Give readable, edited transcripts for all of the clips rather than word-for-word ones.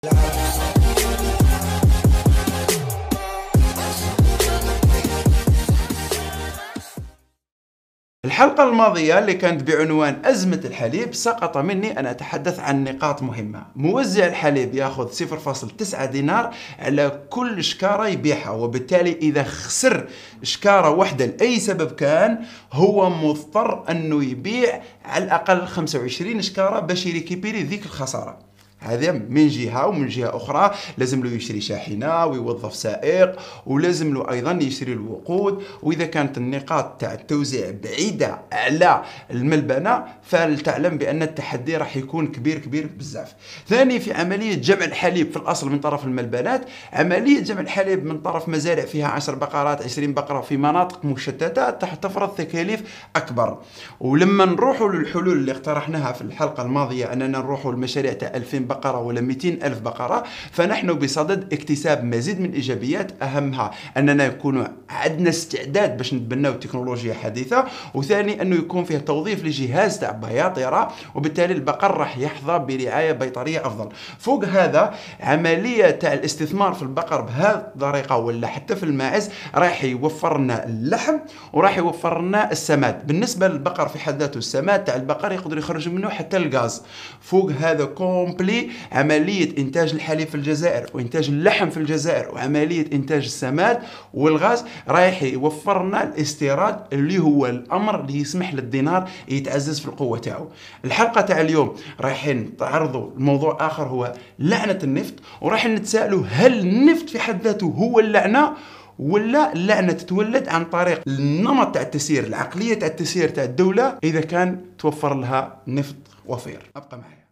الحلقة الماضية اللي كانت بعنوان أزمة الحليب سقط مني أن أتحدث عن نقاط مهمة. موزع الحليب يأخذ 0.9 دينار على كل شكارة يبيعها، وبالتالي إذا خسر شكارة واحدة لأي سبب كان هو مضطر أنه يبيع على الأقل 25 شكارة باش يريكيبيري ذيك الخسارة. هذا من جهة، ومن جهة أخرى لازم له يشتري شاحنة ويوظف سائق، ولازم له أيضا يشتري الوقود. وإذا كانت النقاط تاع التوزيع بعيدة على الملبنة فلتعلم بأن التحدي راح يكون كبير بزاف. ثاني، في عملية جمع الحليب في الأصل من طرف الملبنات، عملية جمع الحليب من طرف مزارع فيها 10 بقرات 20 بقرة في مناطق مشتتة تفرض تكاليف أكبر. ولما نروحوا للحلول اللي اقترحناها في الحلقة الماضية أننا نروحوا لمشاريع تاع 2000 بقرة ولا 200 ألف بقرة، فنحن بصدد اكتساب مزيد من الإيجابيات، أهمها أننا يكون عندنا استعداد باش نتبناو تكنولوجيا حديثة، وثاني أنه يكون فيه توظيف لجهاز تاع بياطرة، وبالتالي البقر راح يحظى برعاية بيطرية أفضل. فوق هذا، عملية تاع الاستثمار في البقر بهذه الطريقة ولا حتى في الماعز راح يوفر لنا اللحم وراح يوفر لنا السماد. بالنسبة للبقر في حد ذاته، السماد تاع البقر يقدر يخرج منه حتى الغاز. فوق هذا كومبلي عملية إنتاج الحليب في الجزائر وإنتاج اللحم في الجزائر وعملية إنتاج السماد والغاز رايح يوفر لنا الاستيراد، اللي هو الأمر اللي يسمح للدينار يتعزز في القوة تاعو. الحلقة تاع اليوم رايحين نتعرضوا لموضوع آخر هو لعنة النفط، وراح نتساءلوا هل النفط في حد ذاته هو اللعنة، ولا اللعنة تتولد عن طريق النمط تاع التسيير، العقلية تاع التسيير تاع الدولة إذا كان توفر لها نفط وفير. أبقى معي.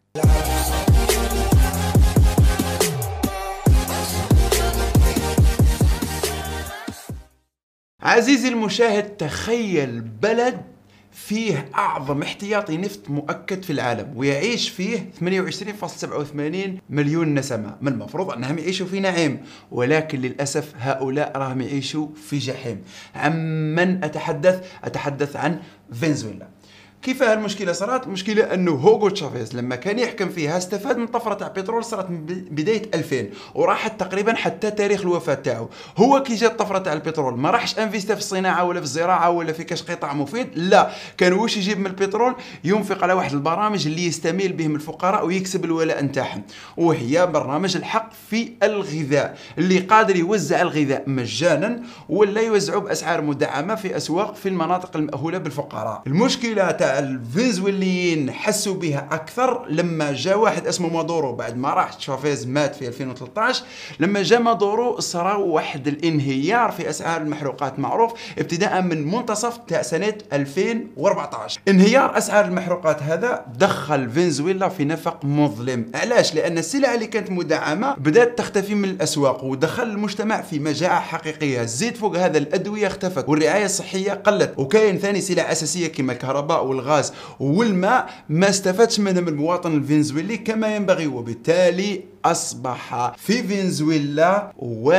عزيزي المشاهد، تخيل بلد فيه أعظم احتياطي نفط مؤكد في العالم ويعيش فيه 28.87 مليون نسمة. من المفروض أنهم يعيشوا في نعيم، ولكن للأسف هؤلاء راهم يعيشوا في جحيم. عمن أتحدث عن فنزويلا. كيف المشكلة صارت؟ المشكلة أنه هوغو تشافيز لما كان يحكم فيها استفاد من طفرة تاع بترول صارت من بداية 2000 وراحت تقريبا حتى تاريخ الوفاة تاعو. هو كي جات طفرة تاع البترول ما راحش انفيستا في الصناعة ولا في الزراعة ولا في كاش قطاع مفيد، لا، كان واش يجيب من البترول ينفق على واحد البرامج اللي يستميل بهم الفقراء ويكسب الولاء نتاعهم، وهي برنامج الحق في الغذاء اللي قادر يوزع الغذاء مجانا ولا يوزعه بأسعار مدعمة في أسواق في المناطق المأهولة بالفقراء. المشكلة الفنزويليين حسوا بها اكثر لما جاء واحد اسمه مادورو بعد ما راح تشافيز مات في 2013. لما جاء مادورو صار واحد الانهيار في اسعار المحروقات معروف ابتداء من منتصف تاع سنه 2014. انهيار اسعار المحروقات هذا دخل فنزويلا في نفق مظلم. علاش؟ لان السلع اللي كانت مدعمه بدات تختفي من الاسواق ودخل المجتمع في مجاعه حقيقيه. زيد فوق هذا الادويه اختفت والرعايه الصحيه قلت، وكاين ثاني سلع اساسيه كما الكهرباء والغاز والماء ما استفادش منهم المواطن الفنزويلي كما ينبغي، وبالتالي أصبح في فنزويلا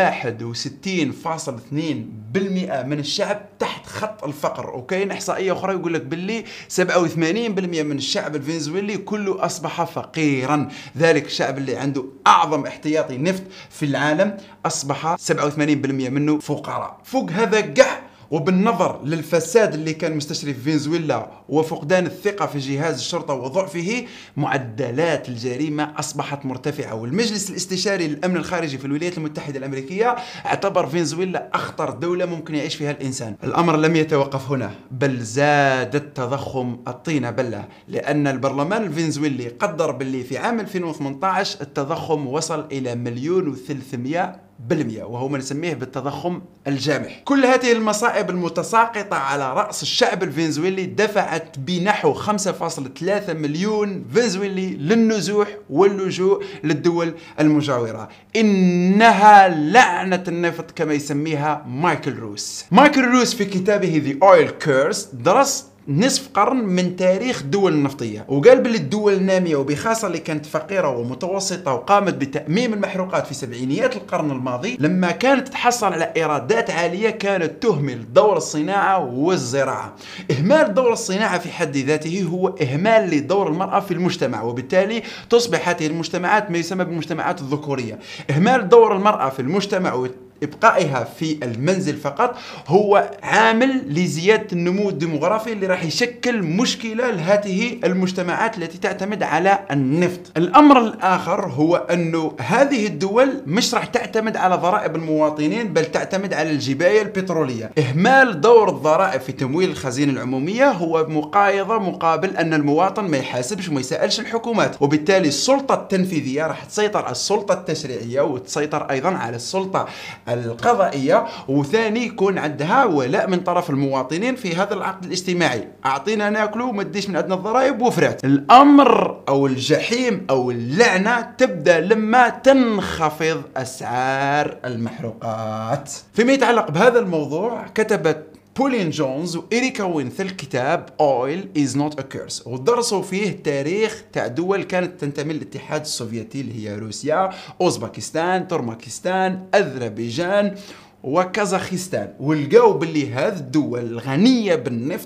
61.2% من الشعب تحت خط الفقر. وكاين إحصائية أخرى يقول لك باللي 87% من الشعب الفنزويلي كله أصبح فقيرا. ذلك الشعب اللي عنده أعظم احتياطي نفط في العالم أصبح 87% منه فقراء. فوق هذا قح، وبالنظر للفساد اللي كان مستشري في فنزويلا وفقدان الثقة في جهاز الشرطة وضعفه، معدلات الجريمة أصبحت مرتفعة. والمجلس الاستشاري للأمن الخارجي في الولايات المتحدة الأمريكية اعتبر فنزويلا أخطر دولة ممكن يعيش فيها الإنسان. الأمر لم يتوقف هنا، بل زاد التضخم الطين بلة، لأن البرلمان الفنزويلي قدر باللي في عام 2018 التضخم وصل إلى 1,300,000%، وهو ما نسميه بالتضخم الجامح. كل هذه المصائب المتساقطة على رأس الشعب الفنزويلي دفعت بنحو 5.3 مليون فنزويلي للنزوح واللجوء للدول المجاورة. إنها لعنة النفط كما يسميها مايكل روس. مايكل روس في كتابه The Oil Curse درس نصف قرن من تاريخ الدول النفطية، وقال باللي الدول النامية وبخاصة اللي كانت فقيرة ومتوسطة وقامت بتأميم المحروقات في سبعينيات القرن الماضي، لما كانت تحصل على إيرادات عالية كانت تهمل دور الصناعة والزراعة. إهمال دور الصناعة في حد ذاته هو إهمال لدور المرأة في المجتمع، وبالتالي تصبح هذه المجتمعات ما يسمى بالمجتمعات الذكورية. إهمال دور المرأة في المجتمع إبقائها في المنزل فقط هو عامل لزيادة النمو الديموغرافي اللي راح يشكل مشكلة لهذه المجتمعات التي تعتمد على النفط. الأمر الآخر هو أنه هذه الدول مش راح تعتمد على ضرائب المواطنين، بل تعتمد على الجباية البترولية. إهمال دور الضرائب في تمويل الخزينة العمومية هو مقايضة مقابل أن المواطن ما يحاسبش وما يسألش الحكومات، وبالتالي السلطة التنفيذية راح تسيطر على السلطة التشريعية وتسيطر أيضا على السلطة القضائية، وثاني يكون عندها ولاء من طرف المواطنين في هذا العقد الاجتماعي. أعطينا ناكله وما تديش من عندنا الضرائب وفرات. الأمر أو الجحيم أو اللعنة تبدأ لما تنخفض أسعار المحروقات. فيما يتعلق بهذا الموضوع كتبت بولين جونز وإريكا وينثل كتاب Oil is not a curse، ودرسوا فيه تاريخ تاع دول كانت تنتمي للاتحاد السوفيتي اللي هي روسيا، أوزبكستان، تركمانستان، أذربيجان وكازاخستان، ولقاو باللي هذه الدول الغنية بالنفط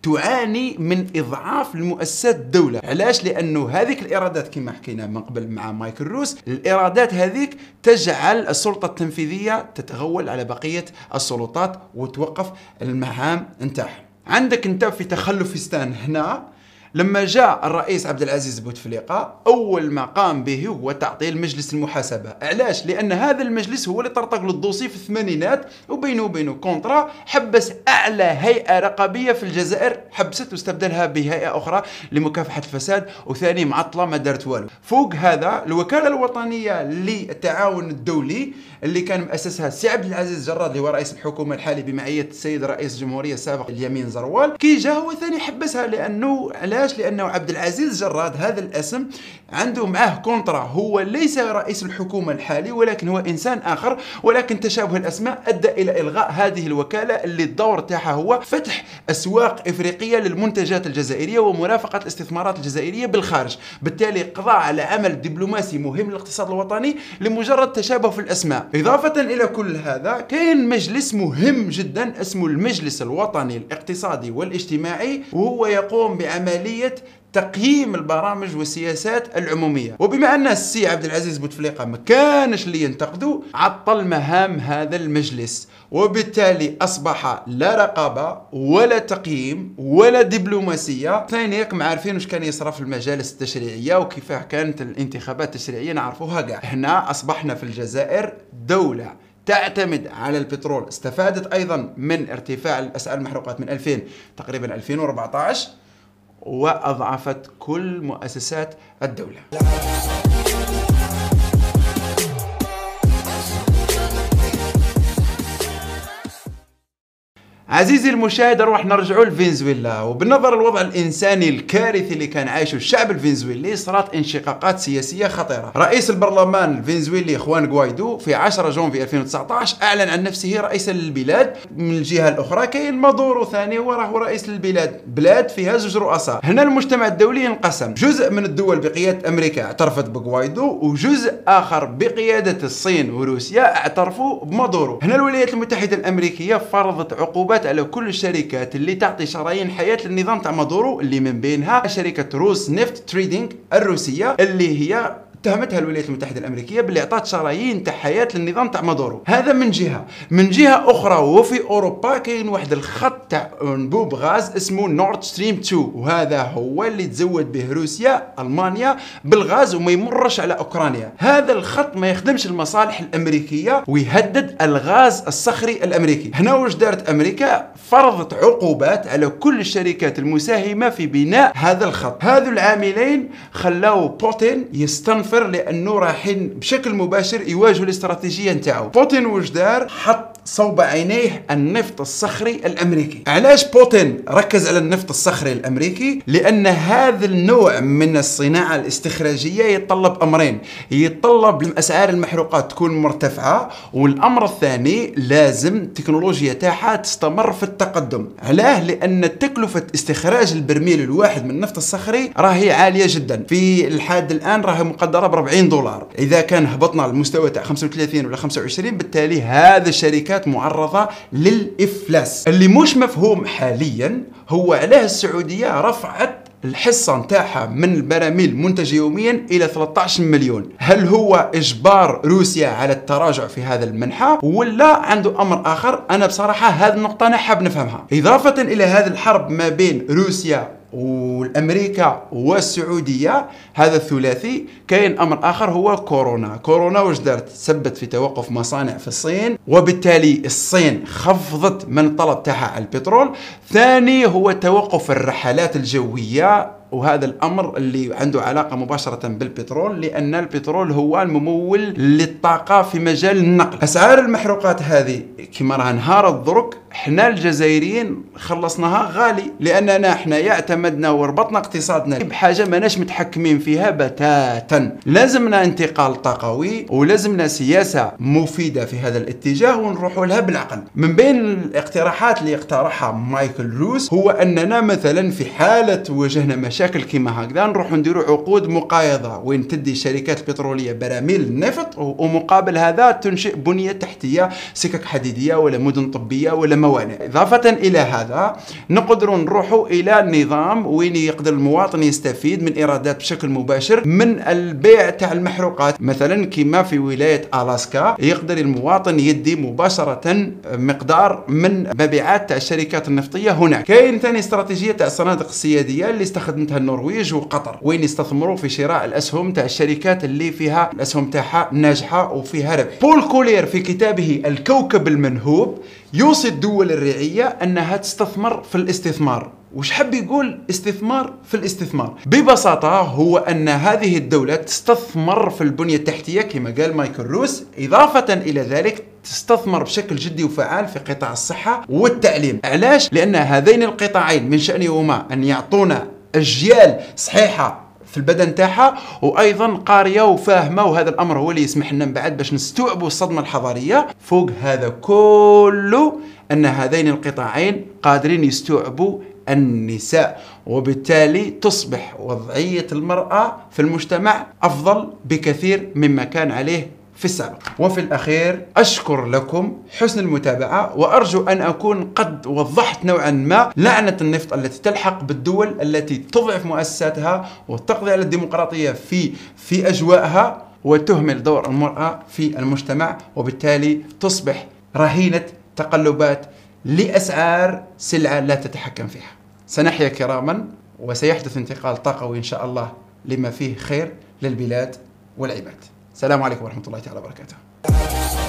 تعاني من إضعاف المؤسسات الدولة. علاش؟ لأنه هذيك الإيرادات كما حكينا من قبل مع مايكل روس، الإيرادات هذيك تجعل السلطة التنفيذية تتغول على بقية السلطات وتوقف المهام نتاعها. عندك انت في تخلفستان هنا لما جاء الرئيس عبد العزيز بوتفليقة أول ما قام به هو تعطيل مجلس المحاسبة. علاش؟ لأن هذا المجلس هو اللي طرطق له الدوسي في الثمانينات، وبينه وبينه كونترا، حبس أعلى هيئة رقابية في الجزائر، حبست واستبدلها بهيئة أخرى لمكافحة الفساد، وثاني معطلة ما دارت والو. فوق هذا الوكالة الوطنية للتعاون الدولي اللي كان مؤسسها السي عبد العزيز جراد اللي هو رئيس الحكومة الحالي بمعية السيد رئيس الجمهورية السابق اليمين زروال، كي جا هو ثاني حبسها. لأنه عبد العزيز جراد هذا الاسم عنده معاه كونترا، هو ليس رئيس الحكومة الحالي ولكن هو إنسان آخر، ولكن تشابه الأسماء أدى إلى إلغاء هذه الوكالة اللي الدور تاعها هو فتح أسواق إفريقية للمنتجات الجزائرية ومرافقة الاستثمارات الجزائرية بالخارج، بالتالي قضاء على عمل دبلوماسي مهم للاقتصاد الوطني لمجرد تشابه في الأسماء. إضافة إلى كل هذا كاين مجلس مهم جدا اسمه المجلس الوطني الاقتصادي والاجتماعي، وهو يقوم بعملية تقييم البرامج والسياسات العمومية. وبما أن السي عبد العزيز بوتفليقة ما كانش اللي ينتقدوا، عطل مهام هذا المجلس، وبالتالي أصبح لا رقابة ولا تقييم ولا دبلوماسية. ثانيك عارفين وش كان يصرف المجالس التشريعية وكيف كانت الانتخابات التشريعية نعرفوها كاع. هنا أصبحنا في الجزائر دولة تعتمد على البترول، استفادت أيضا من ارتفاع الأسعار المحروقات من 2000 تقريبا 2014، وأضعفت كل مؤسسات الدولة. عزيزي المشاهد، نروح نرجعوا لفنزويلا. وبالنظر الوضع الإنساني الكارثي اللي كان عايشه الشعب الفنزويلي، صارت انشقاقات سياسية خطيرة. رئيس البرلمان الفنزويلي خوان غوايدو في 10 جونفي 2019 أعلن عن نفسه رئيسا للبلاد. من الجهة الأخرى كاين مادورو ثاني هو رئيس للبلاد، بلاد فيها 2 رؤساء. هنا المجتمع الدولي انقسم، جزء من الدول بقيادة أمريكا اعترفت بغوايدو، وجزء آخر بقيادة الصين وروسيا اعترفوا بمادورو. هنا الولايات المتحدة الأمريكية فرضت عقوبات على كل الشركات اللي تعطي شرايين حياة للنظام تاع مادورو، اللي من بينها شركة روس نفت تريدينج الروسية اللي هي اتهمتها الولايات المتحدة الأمريكية باللي أعطت شرايين تاع حياة للنظام تاع مادورو. هذا من جهة. من جهة أخرى وفي أوروبا كاين واحد الخط تاع أنبوب غاز اسمه نورد ستريم 2، وهذا هو اللي تزود به روسيا ألمانيا بالغاز وما يمرش على أوكرانيا. هذا الخط ما يخدمش المصالح الأمريكية ويهدد الغاز الصخري الأمريكي. هنا واش دارت أمريكا؟ فرضت عقوبات على كل الشركات المساهمة في بناء هذا الخط. هذو العاملين خلاو بوتين يستنفر ينفر لانه رايحين بشكل مباشر يواجهوا الاستراتيجيه نتاعو. بوتين واش دار؟ حط صوب عينيه النفط الصخري الامريكي. علاش بوتين ركز على النفط الصخري الامريكي؟ لان هذا النوع من الصناعه الاستخراجيه يتطلب امرين، يتطلب اسعار المحروقات تكون مرتفعه، والامر الثاني لازم التكنولوجيا تاعها تستمر في التقدم. علاه؟ لان تكلفه استخراج البرميل الواحد من النفط الصخري راهي عاليه جدا، في الحد الان راهي مقدره ب $40. اذا كان هبطنا للمستوى تاع 35 ولا 25 بالتالي هذه الشركات معرضه للافلاس. اللي مش مفهوم حاليا هو علاه السعوديه رفعت الحصة نتاعها من البراميل المنتجة يوميا إلى 13 مليون. هل هو إجبار روسيا على التراجع في هذا المنحى ولا عنده أمر آخر؟ أنا بصراحة هذه النقطة أنا حاب نفهمها. إضافة إلى هذه الحرب ما بين روسيا والامريكا والسعوديه، هذا الثلاثي، كاين امر اخر هو كورونا. كورونا واش دارت؟ سبت في توقف مصانع في الصين، وبالتالي الصين خفضت من الطلب تاعها على البترول. ثاني هو توقف الرحلات الجويه، وهذا الامر اللي عنده علاقه مباشره بالبترول، لان البترول هو الممول للطاقه في مجال النقل. اسعار المحروقات هذه كما راها انهارت درك، احنا الجزائريين خلصناها غالي، لاننا احنا اعتمدنا وربطنا اقتصادنا بحاجه ماناش متحكمين فيها بتاتا. لازمنا انتقال طاقوي ولازمنا سياسه مفيده في هذا الاتجاه ونروحوا لها بالعقل. من بين الاقتراحات اللي اقترحها مايكل روس هو اننا مثلا في حاله واجهنا مشاكل كما هكذا نروح نديروا عقود مقايضه وين تدي الشركات البتروليه براميل النفط، ومقابل هذا تنشئ بنيه تحتيه، سكك حديديه ولا مدن طبيه ولا موانئ. اضافه الى هذا نقدروا نروحوا الى نظام وين يقدر المواطن يستفيد من ايرادات بشكل مباشر من البيع تاع المحروقات، مثلا كما في ولايه الاسكا يقدر المواطن يدي مباشره مقدار من مبيعات تاع الشركات النفطيه هناك. كاين ثاني استراتيجيه تاع الصناديق السياديه اللي استخدمتها النرويج وقطر، وين يستثمروا في شراء الاسهم تاع الشركات اللي فيها الاسهم تاعها ناجحه وفيها ربح. بول كولير في كتابه الكوكب المنهوب يوصي الدول الريعيه انها تستثمر في الاستثمار. وش حب يقول استثمار في الاستثمار؟ ببساطة هو أن هذه الدولة تستثمر في البنية التحتية كما قال مايكل روس، إضافة إلى ذلك تستثمر بشكل جدي وفعال في قطاع الصحة والتعليم. علاش؟ لأن هذين القطاعين من شأنهما أن يعطونا أجيال صحيحة في البدن تاعها وايضا قاريه وفاهمه، وهذا الامر هو اللي يسمح لنا من بعد باش نستوعبوا الصدمه الحضاريه. فوق هذا كله ان هذين القطاعين قادرين يستوعبوا النساء، وبالتالي تصبح وضعيه المراه في المجتمع افضل بكثير مما كان عليه في السابق. وفي الأخير أشكر لكم حسن المتابعة، وأرجو أن أكون قد وضحت نوعا ما لعنة النفط التي تلحق بالدول التي تضعف مؤسساتها وتقضي على الديمقراطية في أجواءها وتهمل دور المرأة في المجتمع، وبالتالي تصبح رهينة تقلبات لأسعار سلعة لا تتحكم فيها. سنحيا كراما وسيحدث انتقال طاقوي إن شاء الله لما فيه خير للبلاد والعباد. السلام عليكم ورحمة الله تعالى وبركاته.